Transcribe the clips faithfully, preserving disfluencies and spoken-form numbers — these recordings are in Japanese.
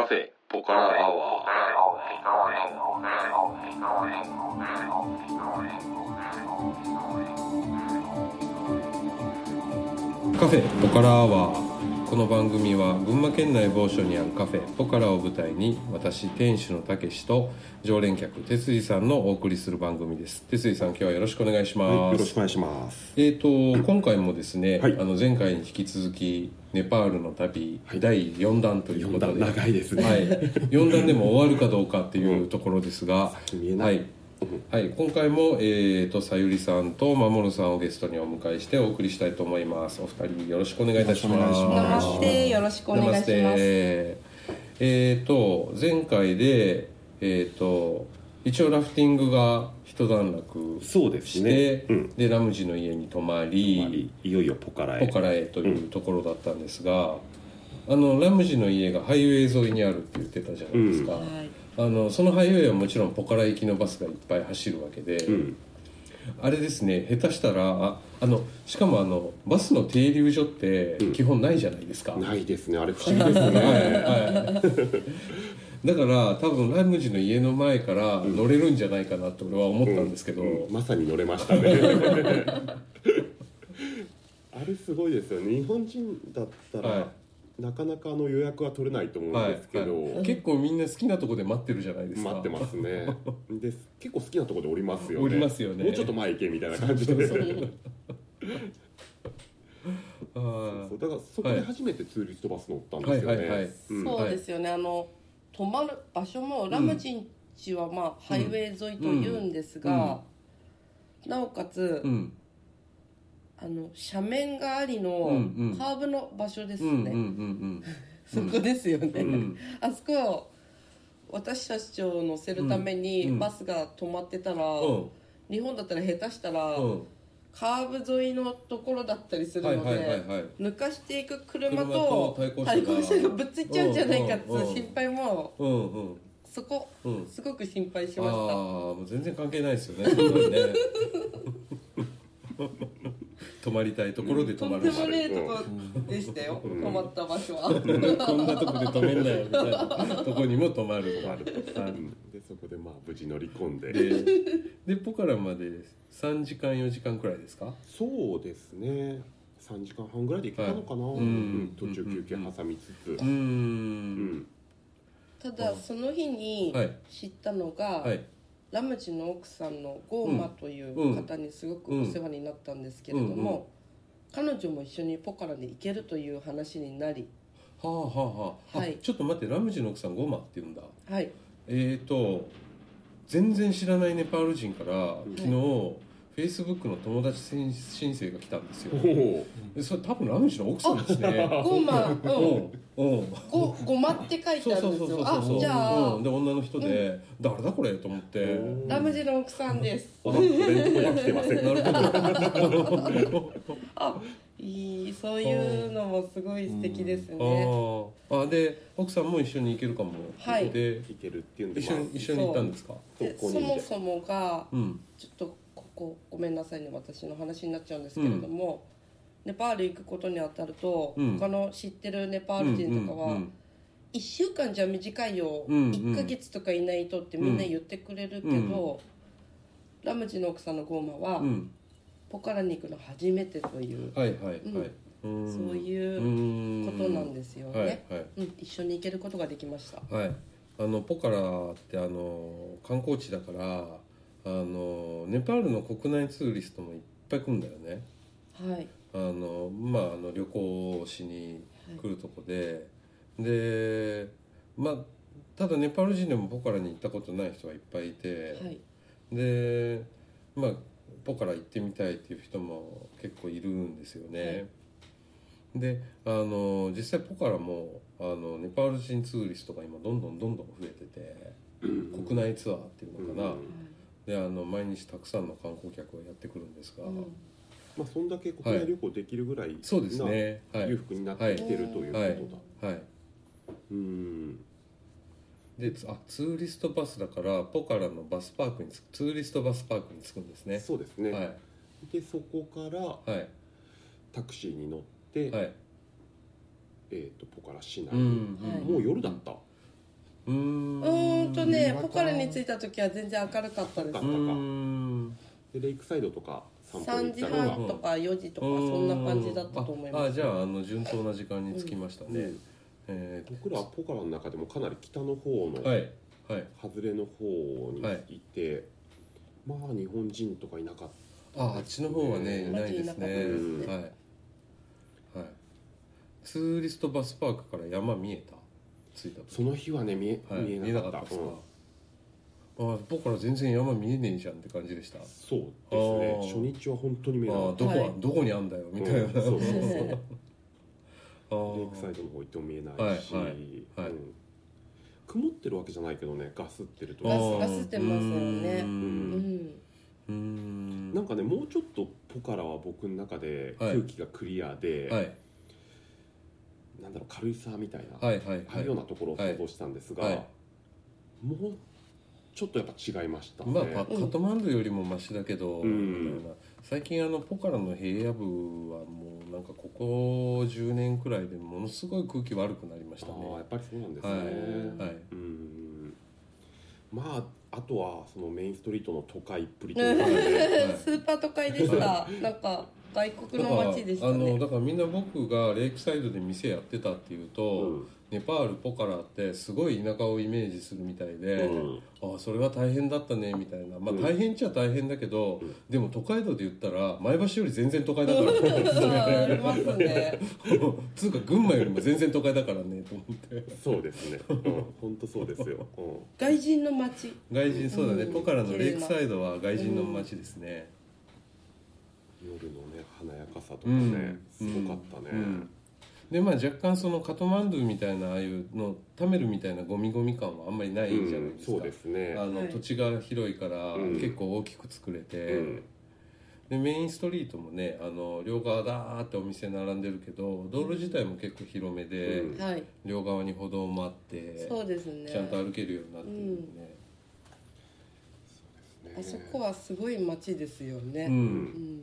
カフェポカラアワー。カフェポカラアワー。この番組は群馬県内某所にあるカフェポカラを舞台に、私店主のたけしと常連客哲司さんのお送りする番組です。哲司さん、今日はよろしくお願いします。 はい、よろしくお願いします。 えーと今回もですね、 はい、 あの前回に引き続きネパールの旅、はい、だいよん弾ということで、 よん弾長いですね、 はい、よん弾でも終わるかどうかっていうところですが、 うん、先見えない、 はいはい、今回も、えー、とさゆりさんとまもるさんをゲストにお迎えしてお送りしたいと思います。お二人よろしくお願いいたします。 ナマステ、よろしくお願いします。 えー、と前回で、えー、と一応ラフティングが一段落してそうですね、うん、 でラムジの家に泊まり、 泊まりいよいよポカラへポカラへというところだったんですが、うん、あのラムジの家がハイウェイ沿いにあるって言ってたじゃないですか、うん、はい、あのそのハイウェイはもちろんポカラ行きのバスがいっぱい走るわけで、うん、あれですね、下手したら あ, あのしかもあのバスの停留所って基本ないじゃないですか、 うん、ないですね、あれ不思議ですねはい、はいだから多分ラムジの家の前から乗れるんじゃないかなと俺は思ったんですけど、 うんうん、まさに乗れましたねあれすごいですよね。日本人だったら、はい、なかなかあの予約は取れないと思うんですけど、はいはい、 結構みんな好きなとこで待ってるじゃないですか。 待ってますねで結構好きなとこで降りますよね。 降りますよね。 もうちょっと前行けみたいな感じでそうそうだからそこで初めてツーリストバス乗ったんですよね、はいはいはい、 うん、そうですよね。あの泊まる場所もラムジン地はまあ、うん、ハイウェイ沿いというんですが、うん、なおかつ、うん、あの斜面がありのカーブの場所ですね、そこですよね、うん、あそこを私たちを乗せるためにバスが止まってたら、うん、日本だったら下手したら、うん、カーブ沿いのところだったりするので、はいはいはいはい、抜かしていく車と対向車がぶっついちゃうんじゃないかっていう心配も、うんうん、そこ、うん、すごく心配しました。あもう全然関係ないですよね、そんなにね泊まりたいところで泊まる、 とんでもねえとこでしたよ、うん、泊まった場所はこんなとこで泊めんなよみたいなとこにも泊まるとでそこでまあ無事乗り込んでで, でポカラまでさんじかんよじかんくらいですか。 そうですね、さんじかんはんぐらいで行けたのかな、はい、うん、途中休憩挟みつつ、うん、うん、 ただその日に知ったのが、はいはい、ラムジの奥さんのゴーマという方にすごくお世話になったんですけれども、うんうんうん、彼女も一緒にポカラで行けるという話になり、 はあはあはあ、はい、ちょっと待って、ラムジの奥さんゴーマって言うんだ。 はい。 えーと全然知らないネパール人から、はい、昨日Facebook の友達申請が来たんですよ。でそれ多分ラムジの奥さんですね。 ゴーマ、うん、うん、ゴゴマって書いてあるんですよ。あ、じゃあ、 うん、で女の人で、うん、誰だこれと思って。 ラムジの奥さんです。 あ、俺のとこには来てません。なるほど。あ、いい、そういうのもすごい素敵ですね。 ああ、で奥さんも一緒に行けるかも。 はい。 で行けるっていうんで、 一緒に一緒に行ったんですか。 そ, そもそもが、うん、ちょっとここごめんなさいね、私の話になっちゃうんですけれども、うん、ネパール行くことにあたると、うん、他の知ってるネパール人とかは、うんうんうん、いっしゅうかんじゃ短いよ、うんうん、いっかげつとかいないとってみんな言ってくれるけど、うん、ラムジの奥さんのゴーマは、うん、ポカラに行くの初めてという、 はいはいはい、 うん、そういうことなんですよね、はいはい、うん、一緒に行けることができました。 はい、あのポカラってあの観光地だからあのネパールの国内ツーリストもいっぱい来るんだよね。 はい。 あのまああの旅行をしに来るとこで、はい、でまあただネパール人でもポカラに行ったことない人がいっぱいいて、はい、でまあポカラ行ってみたいっていう人も結構いるんですよね。はい、であの実際ポカラもあのネパール人ツーリストが今どんどんどんどん増えてて、国内ツアーっていうのかな、うん、であの毎日たくさんの観光客がやってくるんですが、うん、 まあ、そんだけ国内旅行できるぐらい、はい、 そうですね、 裕福になってきてるということだ。はい、はいはい、うん、 であツーリストバスだからポカラのバスパークに着く、ツーリストバスパークに着くんですね。 そうですね、はい、でそこから、はい、タクシーに乗って、はい、えー、とポカラ市内、うん、もう夜だった。 うーんとねポカラに着いた時は全然明るかったです。 でレイクサイドとかさんじはんとかよじとかそんな感じだったと思います。 ああじゃあ、あの順当な時間に着きましたね、うん、 えー、僕らはポカラの中でもかなり北の方の、 はいはい、 外れの方にいて、はい、まあ日本人とかいなかった、 ね、ああっちの方はねいないですね、うん、はい、はい、ツーリストバスパークから山見えた着いたその日はね見え、はい、見えなかったですか、うん、あ僕から全然山見えねえじゃんって感じでした。 そうですね初日は本当に見えなかった。 どこ、はい、どこにあんだよみたいな、うん、そうそうそうレイクサイドの方行っても見えないし、はいはいはい、うん、曇ってるわけじゃないけどねガスってるとガスガスってますよね。うん、 うん、なんかねもうちょっとポカラは僕の中で空気がクリアで、はいはい、なんだろう軽井沢みたいな、はいはいはい、ああいうようなところを想像したんですが、はいはい、もうちょっとやっぱ違いましたね。 まあカトマンズよりもマシだけど、うん、みたいな最近あのポカラの平野部はもうなんかここじゅうねんくらいでものすごい空気悪くなりましたね。 ああやっぱりそうなんですね、はいはい、うんまああとはそのメインストリートの都会っぷりというか、ねはい、 スーパー都会でしたなんか外国の街でしたね。 だから、あのだからみんな僕がレイクサイドで店やってたっていうと、うん、ネパールポカラってすごい田舎をイメージするみたいで、うん、ああそれは大変だったねみたいな、まあ大変っちゃ大変だけど、うん、でも都会道で言ったら前橋より全然都会だからねそうありますねつうか群馬よりも全然都会だからねと思ってそうですね、うん、本当そうですよ、うん、 外人の街外人そうだね、うん、ポカラのレイクサイドは外人の街ですね、 うん、夜のね華やかさとかね、うん、すごかったね、うんうんでまあ、若干そのカトマンドゥみたいなああいうのタメルみたいなゴミゴミ感はあんまりないじゃないですか、 うん、そうですねあの、はい、土地が広いから結構大きく作れて、うん、でメインストリートもねあの両側ダーってお店並んでるけど道路自体も結構広めで、うん、両側に歩道もあって、 そうですね、 ちゃんと歩けるようになってるんでね、 うん、あそこはすごい街ですよね、うんうん、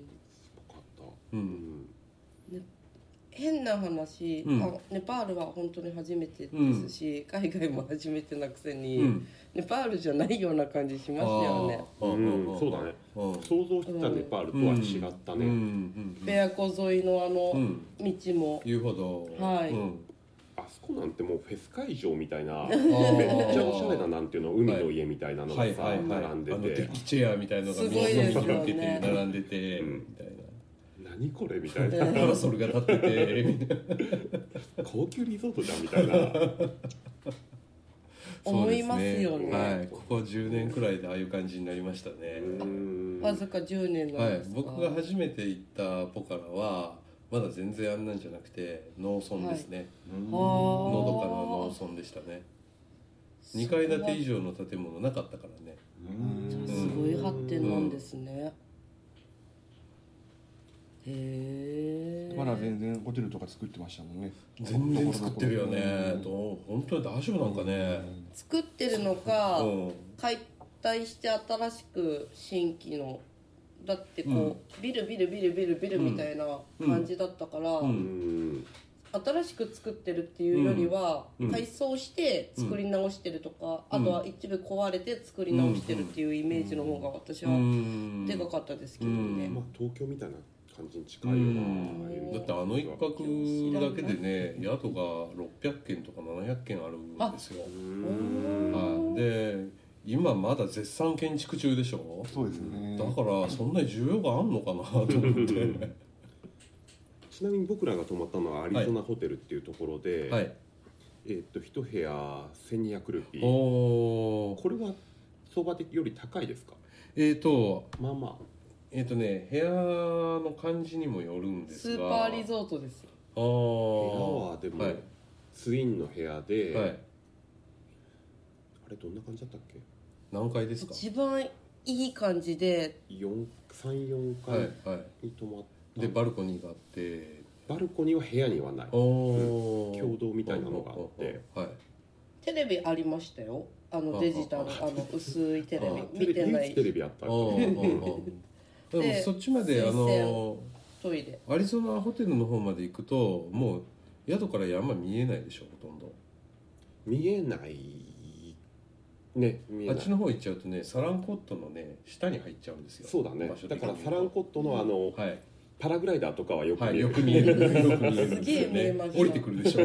すごかった、うんね、変な話、うん、あネパールは本当に初めてですし、うん、海外も初めてなくせに、うん、ネパールじゃないような感じしますよね、 うん、そうだね、うん、想像してたネパールとは違ったね、 ペア湖沿いのあの道も、 遊歩道、 はい、 あそこなんてもうフェス会場みたいなめっちゃおしゃれななんていうの海の家みたいなのがさ、はいはいはい、並んでて、あのデッキチェアみたいなのがみんな広げて並んでて、みたいな何これみたいなパラソルが立っててみたいな高級リゾートじゃんみたいな思いますよね、 はい、ここじゅうねんくらいでああいう感じになりましたね。 わずかじゅうねんなんですか、 はい、僕が初めて行ったポカラはまだ全然あんなんじゃなくて農村ですね、はい、のどかな農村でしたね。にかい建て以上の建物なかったからね。 うんすごい発展なんですね。へえ。 まだ全然ホテルとか作ってましたもんね。 全然作ってるよね。と本当に大丈夫なんかね。 作ってるのか、うん、解体して新しく新規のだってこう、うん、ビルビルビルビルビルみたいな感じだったから、うんうん、新しく作ってるっていうよりは、改装して作り直してるとか、あとは一部壊れて作り直してるっていうイメージの方が私はでかかったですけどね、 まあ、東京みたいな感じに近いよな。 だってあの一角だけでね宿がろっぴゃくけんとかななひゃくけんあるんですよ。はい、で今まだ絶賛建築中でしょ。 そうですね。 だからそんなに需要があんのかなと思ってちなみに僕らが泊まったのはアリゾナホテルっていうところで、はい、えー、っと一部屋せんにひゃくルピー。おこれは相場的より高いですか。 えーとまあまあえーとね部屋の感じにもよるんですがスーパーリゾートです。 あ部屋はでも、はい、ツインの部屋で、はい、あれどんな感じだったっけ。 何階ですか。 一番いい感じでさん、よんかいに泊まった、 はい、でバルコニーがあってバルコニーは部屋にはない、共同みたいなのがあって、はい、 テレビありましたよ。あのデジタルあの薄いテレビ見てないテレビあったでもそっちまであのトイレアリゾナホテルの方まで行くともう宿から山見えないでしょ。ほとんど見えないね、 あっちの方行っちゃうとねサランコットのね下に入っちゃうんですよ。 そうだね。だからサランコットのあの、はい、パラグライダーとかはよく見える、はい、 よく見えるよく見えるんですよね。降りてくるでしょ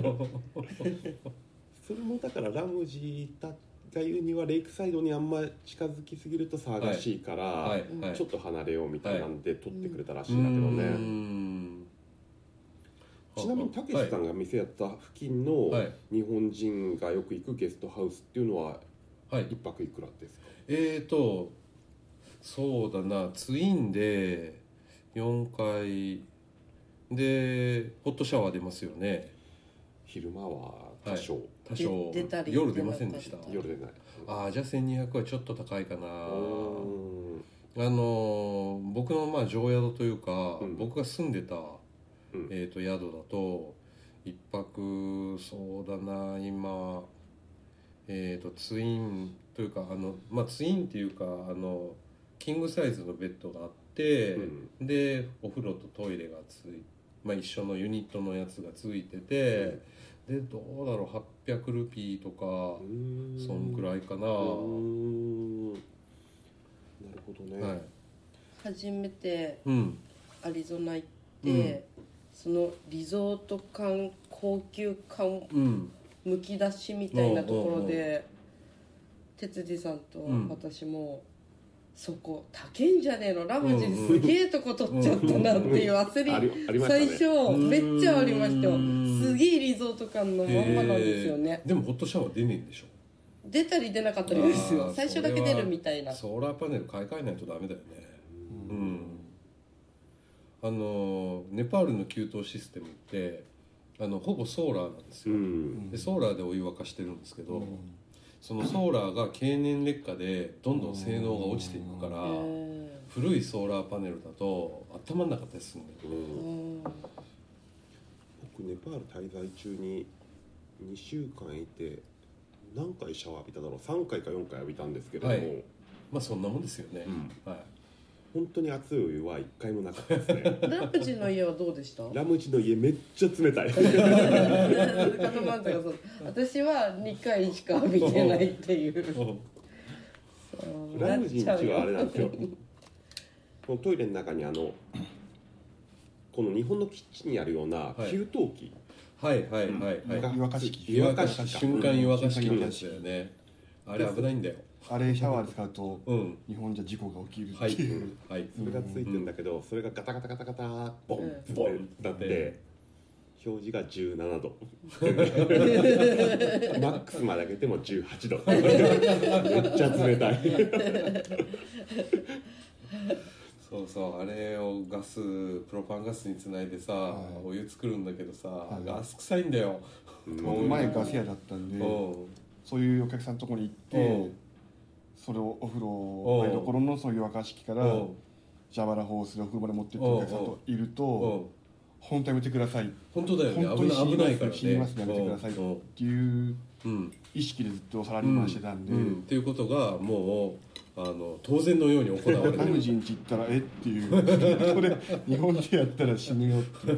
それもだからラムジーが言うにはレイクサイドにあんま近づきすぎると騒がしいから、はいはい、ちょっと離れようみたいなんで撮ってくれたらしいんだけどね、はい、うんちなみにたけしさんが店やった付近の日本人がよく行くゲストハウスっていうのは一泊いくらですか？ えーとそうだな、ツインでよんかいでホットシャワー出ますよね。 昼間は多少、はい、 多少出たり夜出ませんでした？ 夜出ない。 ああ、じゃあせんにひゃくはちょっと高いかな。あの僕のまあ常宿というか、うん、僕が住んでた、うん、えーと宿だと一泊そうだな今えーとツインというかあのまあツインっていうかあのキングサイズのベッドがあって、うん、でお風呂とトイレがつい、まあ、一緒のユニットのやつがついてて、うん、でどうだろうはっぴゃくルピーとかそんくらいかな。うんなるほどね、 はい、初めてアリゾナ行って、うん、そのリゾート感高級感むき出しみたいなところで哲司さんと私も、うんそこ高いんじゃねえのラムジーすげえとこ取っちゃったなっていう焦り最初めっちゃありましたよ。すげえリゾート感のまんまなんですよね。 でもホットシャワー出ねえんでしょ？ 出たり出なかったりですよ。最初だけ出るみたいな。 ソーラーパネル買い替えないとダメだよね。うん、あのネパールの給湯システムってあのほぼソーラーなんですよ。でソーラーでお湯沸かしてるんですけど、そのソーラーが経年劣化でどんどん性能が落ちていくから古いソーラーパネルだと温まんなかったりするんだよね。 僕ネパール滞在中ににしゅうかんいて何回シャワー浴びただろうさんかいかよんかい浴びたんですけれども、はい、 まあそんなもんですよね、うん、はい、 本当に熱いお湯は一回もなかったですね。 ラムジの家はどうでした？ ラムジの家めっちゃ冷たい。 私はにかいしか浴びてないっていう。 ラムジン家はあれなんですよ。このトイレの中にあのこの日本のキッチンにあるような給湯器、 はいはいはいはい、 湯沸かし器、 湯沸かし瞬間湯沸かし器ですよね。あれ危ないんだよ。 あれシャワーで使うと、うん、日本じゃ事故が起きるっていう、 はいはい、それがついてるんだけど、うん、それがガタガタガタガタボンボンだって、表示がじゅうななどマックスまで上げてもじゅうはちどめっちゃ冷たい。 そうそう、あれをガスプロパンガスにつないでさ、はい、お湯作るんだけどさ、はい、ガス臭いんだよ。 前ガス屋だったんで、うん、そういうお客さんのところに行って、うん、それをお風呂台所のそういう湯沸かし器から蛇腹ホースでお風呂まで持ってってお客さんといると、本当やめてください、 本当だよね、本当に危ないからね、死にますね、やめてくださいっていう意識でずっとサラリーマンしてたんで、 うんうん、っていうことがもうあの当然のように行われてる。 ラムジンち行ったらえっていうこれ日本でやったら死ぬよって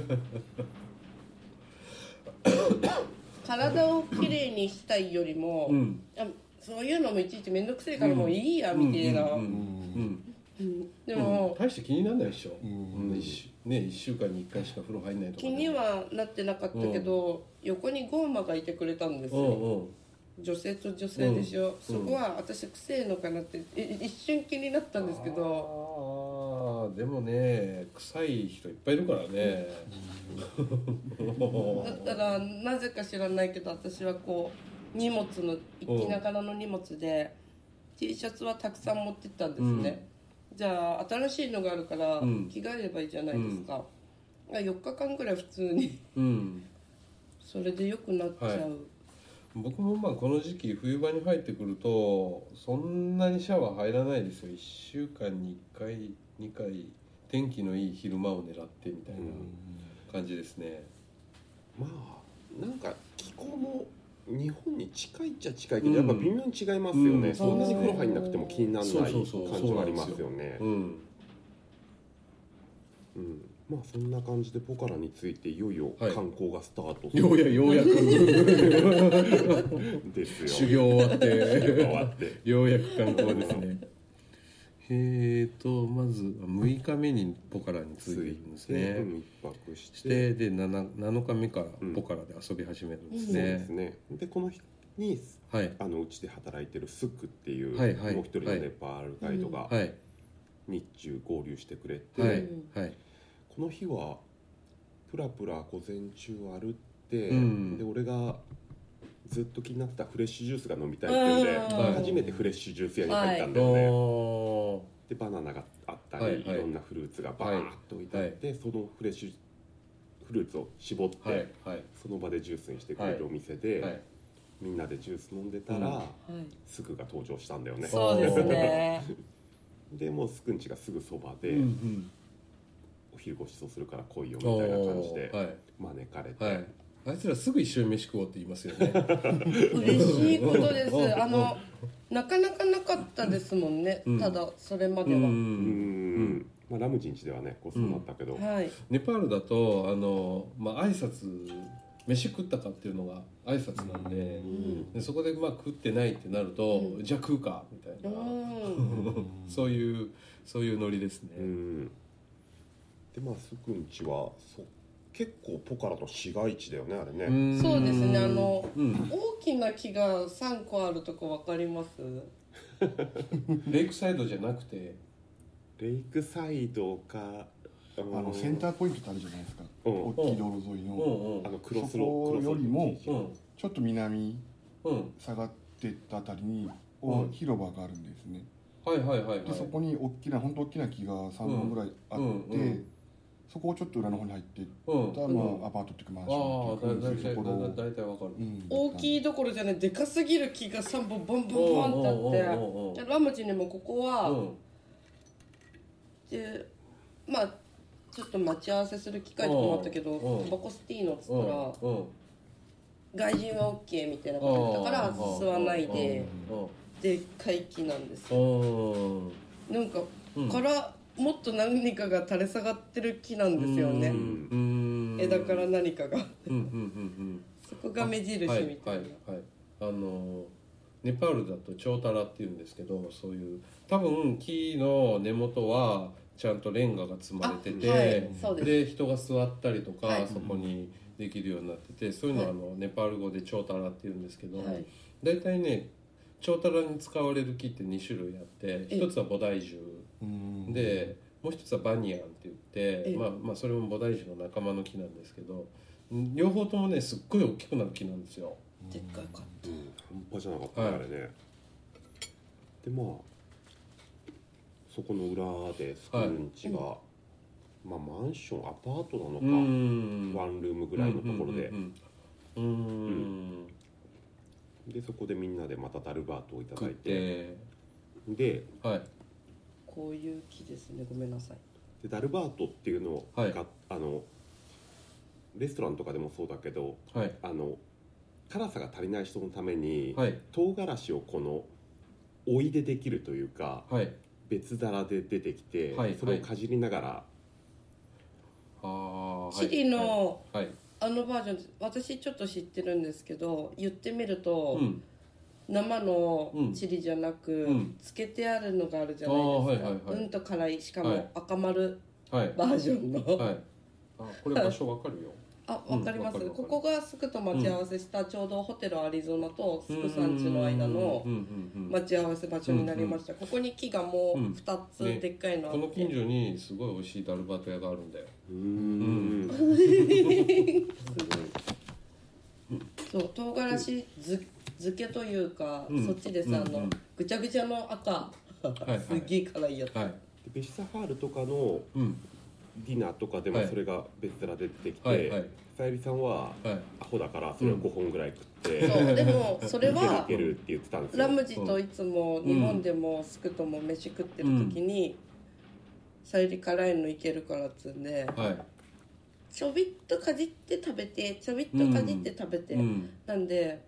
体をきれいにしたいよりも、うん、そういうのもいちいち面倒くせえからもういいやみたいな。でも、 うん、大して気にならないでしょ、うんうん、ね、いっしゅうかんにいっかいしか風呂入んないとか、ね、 気にはなってなかったけど、うん、横にゴーマがいてくれたんですよ、うんうん、女性と女性でしょ、うん、そこは私くせえのかなって一瞬気になったんですけど、 あでもね臭い人いっぱいいるからね、 うん、だったらなぜか知らないけど私はこう荷物の行きながらの荷物で T シャツはたくさん持ってったんですね、うん、じゃあ新しいのがあるから着替えればいいじゃないですか、うん、よっかかんぐらい普通に、うん、それで良くなっちゃう、はい、 僕もまあこの時期冬場に入ってくるとそんなにシャワー入らないですよ。いっしゅうかんにいっかいにかい天気のいい昼間を狙ってみたいな感じですね。 まあなんか気候も日本に近いっちゃ近いけど、うん、やっぱ微妙に違いますよね、うん、そんなに風呂入んなくても気にならない感じはありますよね。 まあそんな感じでポカラについていよいよ観光がスタート、 はい、ようやようやくですよ。 修行終わって修行終わってようやく観光ですね。えーとまずむいかめにポカラに着いてるんですね。 うん、一泊してしてで 7, なのかめからポカラで遊び始めるんですね。 うん、そうですね。でこの日に、はい、あのうちで働いてるスックっていう、はいはい、もう一人のネパールガイドが日中合流してくれて、はいはい、この日はプラプラ午前中歩って、うん、で俺がずっと気になってたフレッシュジュースが飲みたいっていうんで、初めてフレッシュジュース屋に入ったんだよね、はい、でバナナがあったり、はいはい、いろんなフルーツがバーッと置いてあって、はい、そのフレッシュフルーツを絞って、はいはい、その場でジュースにしてくれるお店で、はいはい、みんなでジュース飲んでたら、うん、スクが登場したんだよね。 そうですねでもうスクんちがすぐそばで、うんうん、お昼ごちそうするから来いよみたいな感じで招かれて、はい、 あいつらすぐ一緒に飯食おうって言いますよね嬉しいことです。あのなかなかなかったですもんね、うん、ただそれまではうん、 うんまあ、ラムジン家ではねこうそうなったけど、うんはい、 ネパールだとあの、まあ、挨拶飯食ったかっていうのが挨拶なんで、うん、でそこでまあ食ってないってなると、うん、じゃあ食うかみたいな、うん、そういうそういうノリですね、うん、 でまあスクんちはそ結構ポカラの市街地だよねあれね。 そうですねあの、うん、大きな木がさんこあるとこ分かりますレイクサイドじゃなくてレイクサイドかあのセンターポイントってあるじゃないですか、うん、大きい道路沿いの、うんうん、あのクロスロそこよりもちょっと南下がっていったあたりに、うん、広場があるんですね、 はいはいはいはい、 でそこに大きな本当大きな木がさんぼんぐらいあって、うんうんうん、そこをちょっと裏の方に入っていった、うんまあ、アパートっていうかマンションっていうか大体わかる、うん、 大きいどころじゃないでかすぎる木がさんぼんボンボンボンってあって、ラムジにもここは、うん、でまあちょっと待ち合わせする機会とかもあったけどタバコ吸っていいのっつったら外人は OK みたいなことだから吸わないででっかい木なんですよ。なんかからもっと何かが垂れ下がってる木なんですよね。枝から何かがそこが目印みたいな、はいはいはい、 あのネパールだとチョータラっていうんですけどそういう多分木の根元はちゃんとレンガが積まれてて、はい、で, で人が座ったりとか、はい、そこにできるようになっててそういうのはあのネパール語でチョータラっていうんですけど、はい、だいたいねチョータラに使われる木ってに種類あって一つは菩提樹でもう一つはバニヤンって言って、まあ、まあそれも菩提樹の仲間の木なんですけど両方ともねすっごい大きくなる木なんですよ。 でっかいかった、うん、 半端じゃなかったね、はい、あれね。でまあそこの裏でスクんちが、はいまあ、マンションアパートなのかワンルームぐらいのところでうんうん、でそこでみんなでまたダルバートをいただいてで、はい、 こういう木ですねごめんなさいでダルバートっていうのが、はい、あのレストランとかでもそうだけど、はい、あの辛さが足りない人のために、はい、唐辛子をこのおいでできるというか、はい、別皿で出てきて、はい、それをかじりながら、 はい、チリの、はい、あのバージョン私ちょっと知ってるんですけど言ってみると、うん、生のチリじゃなく、うん、つけてあるのがあるじゃないですか、はいはいはい、うんと辛いしかも赤丸バージョンの、はいはい、 あこれ場所わかるよあ、わかります、うん、ここがスクと待ち合わせした、うん、ちょうどホテルアリゾナとスクさんちの間の待ち合わせ場所になりました、うんうん、ここに木がもうふたつでっかいのあって、 ね、この近所にすごい美味しいダルバート屋があるんだよ。うーんすごいそう唐辛子漬けというか、うん、そっちです、うん、あの、うん、ぐちゃぐちゃの赤はいはい、すっげえ辛いやつ、はい、 ベシサファールとかの、うんディナーとかでもそれが別皿で出てきて、はいはい、さゆりさんはアホだからそれをごほんぐらい食って、 うん、そうでもそれはけるって言ってたんですよ。 ラムジといつも日本でもスクとも飯食ってる時に、うん、さゆり辛いのいけるからっつうんで、はい、ちょびっとかじって食べてちょびっとかじって食べて、うん、なんで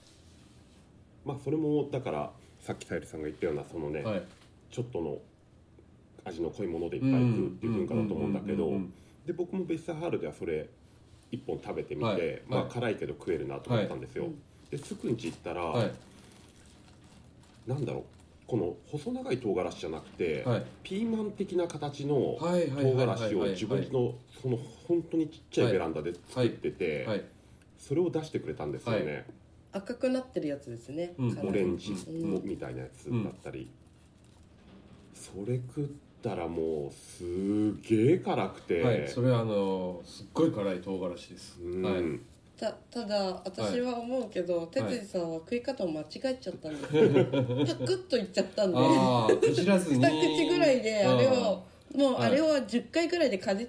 まあそれもだからさっきさゆりさんが言ったようなそのね、はい、ちょっとの味の濃いものでいっぱい食うっていう文化だと思うんだけど、で僕もベッサハールではそれいっぽん食べてみて、はい、まあ辛いけど食えるなと思ったんですよ、はい、でスクンチ行ったら、はい、なんだろう、この細長い唐辛子じゃなくて、はい、ピーマン的な形の唐辛子を自分のその本当にちっちゃいベランダで作ってて、はいはい、それを出してくれたんですよね、はい、 赤くなってるやつですね、 うん、オレンジみたいなやつだったり、うん、それ食ったらもうすげえ辛くて、 はい、それはあのすっごい辛い唐辛子です、 うん、 はい、 た, ただ私は思うけど哲司、はい、さんは食い方を間違えちゃったんですよ、はい、パクッといっちゃったんであかじらずにに口ぐらいであれをもうあれをじゅっかいぐらいでかじって、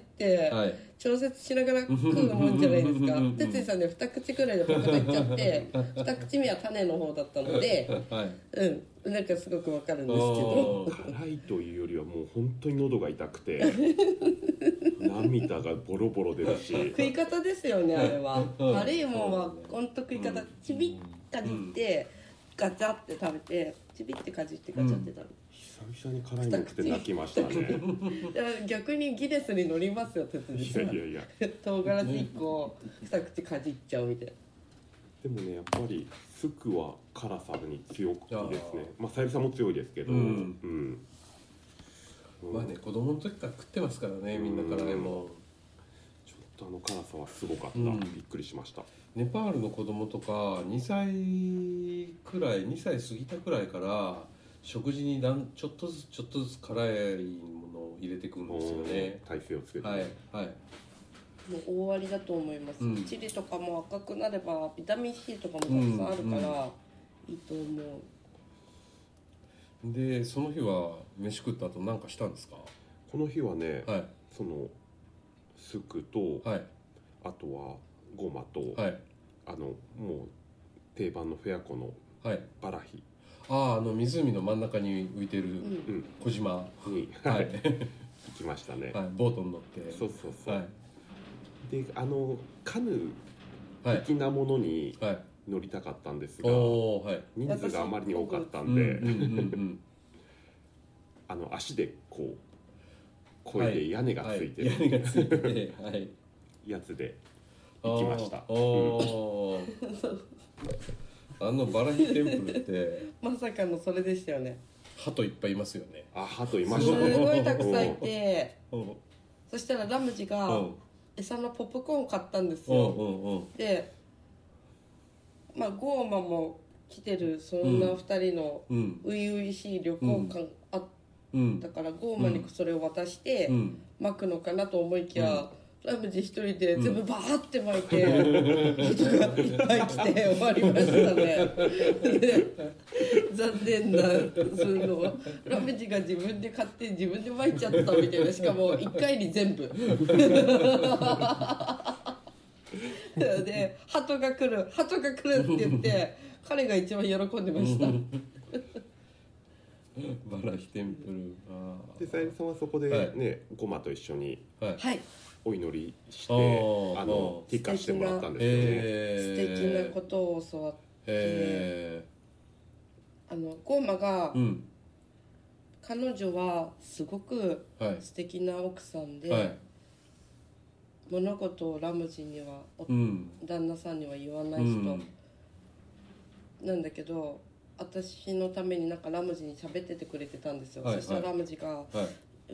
はい、調節しながら食うもんじゃないですか哲司さんねに口ぐらいでパクッといっちゃってに口目は種の方だったので、はい、うんなんかすごくわかるんですけど辛いというよりはもう本当に喉が痛くて涙がボロボロ出るし食い方ですよねあれは悪いもんはほんと食い方、ちびっかじってガチャって食べてちびってかじってガチャって食べて、 うん、久々に辛いの食って泣きましたね逆にギネスに乗りますよ哲司さん。 いやいやいや唐辛子いっこに口かじっちゃうみたいな。 でもねやっぱりスクは辛さに強くいいですね。まあさゆりさんも強いですけど、うんうんうん、まあね子供の時から食ってますからねみんな辛いもん、うん、 ちょっとあの辛さはすごかった、うん、びっくりしました。 ネパールの子供とかにさいくらいにさい過ぎたくらいから食事にちょっとずつちょっとずつ辛いものを入れていくんですよね。 体勢をつけて、 はいはい、 もう大割りだと思います、うん、チリとかも赤くなればビタミン C とかもたくさんあるから、うんうん、いいと思う。でその日は飯食った後何かしたんですか？ この日はね、はい、そのスクと、 はい、 あとはゴマと、 はい、 あのもう定番のフェアコのバラヒ、 はい、ああの湖の真ん中に浮いてる小島に、うん、はい、行きましたね、 はい、ボートに乗って。 そうそうそう、はい、であのカヌー的なものに乗りたかったんですが、はい、人数があまりに多かったんであの足でこう越えて屋根がついてる、 はいはい、屋根がついて、はい、 やつで行きました。 あのバラヒテンプルってまさかのそれでしたよね。 鳩いっぱいいますよね。 あ、鳩いましたね。 すごいたくさんいてそしたらラムジが餌のポップコーン買ったんですよ。で、まあゴーマも来てるそんなふたりの初々しい旅行感あったから、ゴーマにそれを渡して巻くのかなと思いきや、ラムジ一人で全部バーって巻いて、うん、人がいっぱい来て終わりましたね。で残念なそのラムジが自分で買って自分で巻いちゃったみたいな、しかもいっかいに全部で鳩が来る鳩が来るって言って彼が一番喜んでました。 バラヒテンプル。 あでさゆりさんはそこでね、はい、ゴマと一緒に、 はいお祈りしてあのティカしてもらったんですよね。 えー、素敵なことを教わって、えー、あのゴーマが、うん、彼女はすごく素敵な奥さんで、はい、物事をラムジには、うん、旦那さんには言わない人、うん、なんだけど私のためになんかラムジに喋っててくれてたんですよ、はい、そしたらラムジが、はいうん、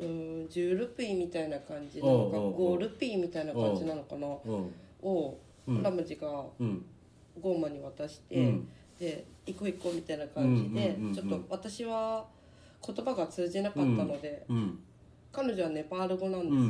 じゅうルピーみたいな感じなのかごルピーみたいな感じなのかなをラムジがゴーマに渡して、うん、で行こう行こうみたいな感じで、ちょっと私は言葉が通じなかったので、うん、彼女はネパール語なんですよ、うん、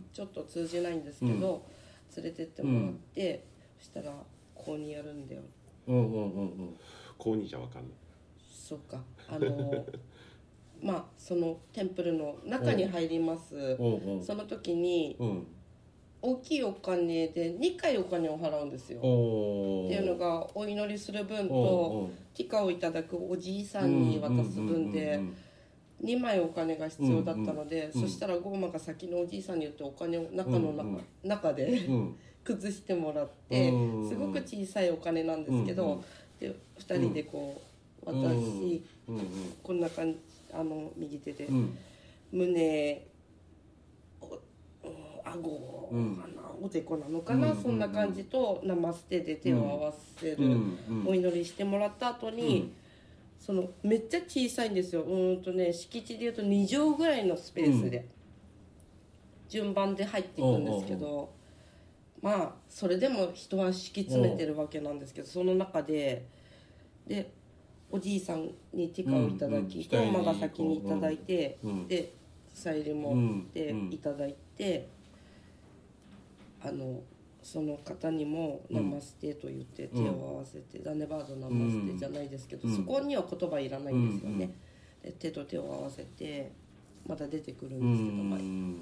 ちょっと通じないんですけど、うん、連れてってもらって、うん、そしたらこうにやるんだよ、 うんうんうんうん、 こうにじゃわかんない。 そうかあのまあそのテンプルの中に入ります。その時に大きいお金でにかいお金を払うんですよ。っていうのがお祈りする分とティカをいただくおじいさんに渡す分でにまいお金が必要だったので、そしたらゴーマが先のおじいさんに言ってお金を中の中、中で崩してもらって、すごく小さいお金なんですけど、でふたりでこう私こんな感じあの右手で、うん、 胸顎かな、うん、おでこなのかな、うんうんうん、そんな感じとナマステで手を合わせる、うんうん、お祈りしてもらった後に、うん、そのめっちゃ小さいんですよ。うんとね敷地でいうとに畳ぐらいのスペースで、うん、順番で入っていくんですけど、おうおう、まあそれでも人は敷き詰めてるわけなんですけど、その中ででおじいさんにティカをいただき、コンマが先にいただいて、うん、でサイレもでいただいて、うん、あのその方にもナマステと言って手を合わせて、うん、ダネバードナマステじゃないですけど、うん、そこには言葉いらないんですよね、うん、で手と手を合わせてまた出てくるんですけど、うん、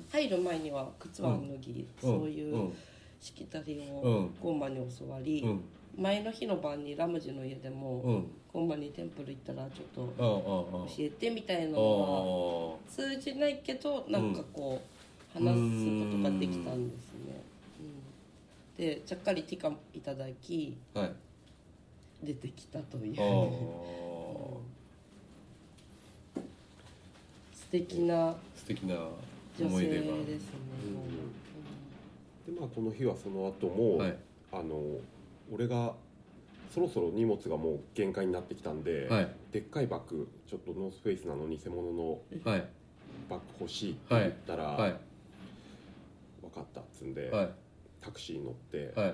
入る前には靴は脱ぎ、うん、そういうしきたりをコンマに教わり、うん、前の日の晩にラムジの家でも、うん、コンマにテンプル行ったらちょっと教えてみたいなのは通じないけどなんかこう話すことができたんですね、うん、でちゃっかりティカいただき、はい、出てきたという素敵な素敵な女性ですね、 うん、でまあこの日はその後も、はい、あの俺がそろそろ荷物がもう限界になってきたんで、はい、でっかいバッグちょっとノースフェイスなの偽物のバッグ欲しいって言ったら、はいはい、分かったっつんで、はい、タクシーに乗って、はい、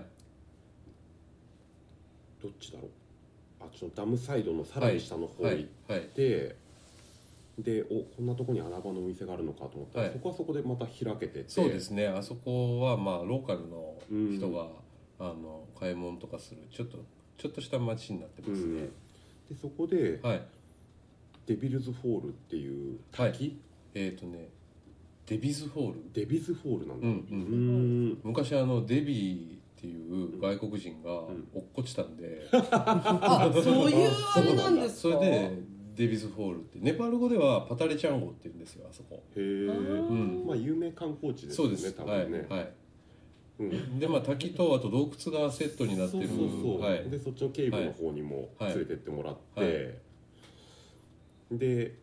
どっちだろう、あっちのダムサイドのさらに下の方に行って、はいはい、でおこんなとこに穴場のお店があるのかと思ったら、はい、そこはそこでまた開けてて、 そうですね、あそこはまあローカルの人が、うん、あの買い物とかするちょっとちょっとした街になってますね、うん、でそこで、はい、デビルズフォールっていう滝、はい、 えっ、ー、とねデビズフォールデビズフォールなんだ、うんうん、 うん昔あのデビーっていう外国人が落っこちたんで、うん、 あそういうあれなんですか。 それでデビズフォールってネパール語ではパタレチャンゴって言うんですよ、あそこ。 へえ、うん、まあ有名観光地ですよね。そうです、多分ね、 はい、はい、うん、でまあ滝とあと洞窟がセットになってる、 そうそうそう、はい、でそっちのケーブの方にも連れてってもらって、はいはい、で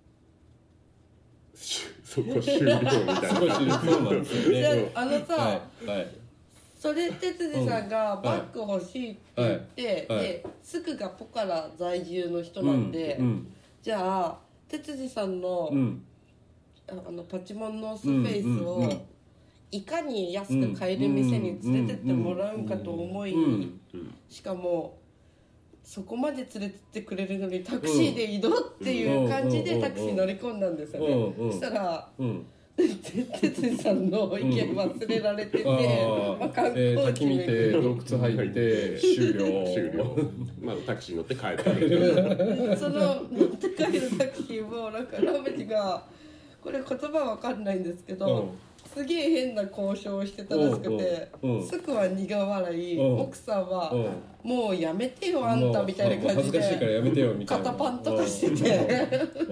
そこ終了みたいなそうなんですよね。 あのさ、はいはい、それ哲司さんがバッグ欲しいって言って、はいはい、でスクがポカラ在住の人なんで、うんうん、じゃあ哲司さんの、うん、あのパチモンノースフェイスを、うんうんうん、いかに安く買える店に連れてってもらうんかと思い、しかもそこまで連れてってくれるのにタクシーで移動っていう感じでタクシー乗り込んだんですよね。そしたら哲司さんの意見忘れられてて、うんまあ、観光地、えー、 滝見て洞窟入って終了終了まあタクシー乗って帰るその乗って帰るタクシーもなんかラムジがこれ言葉わかんないんですけど、うんすげえ変な交渉をしてたらしくて、スクは苦笑い、奥さんはもうやめてよあんたみたいな感じで、 恥ずかしいからやめてよみたいな肩パンとかしてて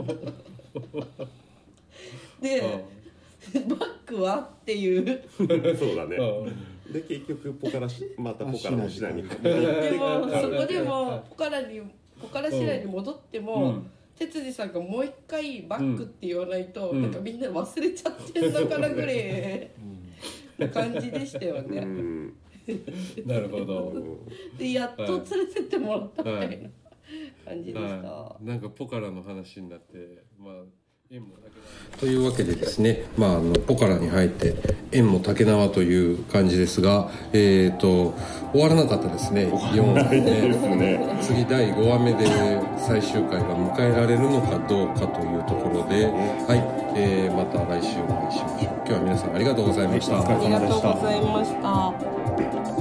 でバッグはっていうそうだねで結局ポカラまたポカラの市内にでもそこでもポカラにポカラ市内に戻っても、哲司さんがもう一回バッグって言わないと、うん、なんかみんな忘れちゃってんのかなぐらいな感じでしたよね、うん、 なるほどでやっと連れてってもらったみたいな感じでした、はいはい、なんかポカラの話になってまあというわけでですね、まあ、あのポカラに入って縁も竹縄という感じですが、えーと、終わらなかったですね。よんわめね次だいごわめで最終回が迎えられるのかどうかというところで、はい、えー、また来週お会いしましょう。今日は皆さんありがとうございました。 ありがとうございました。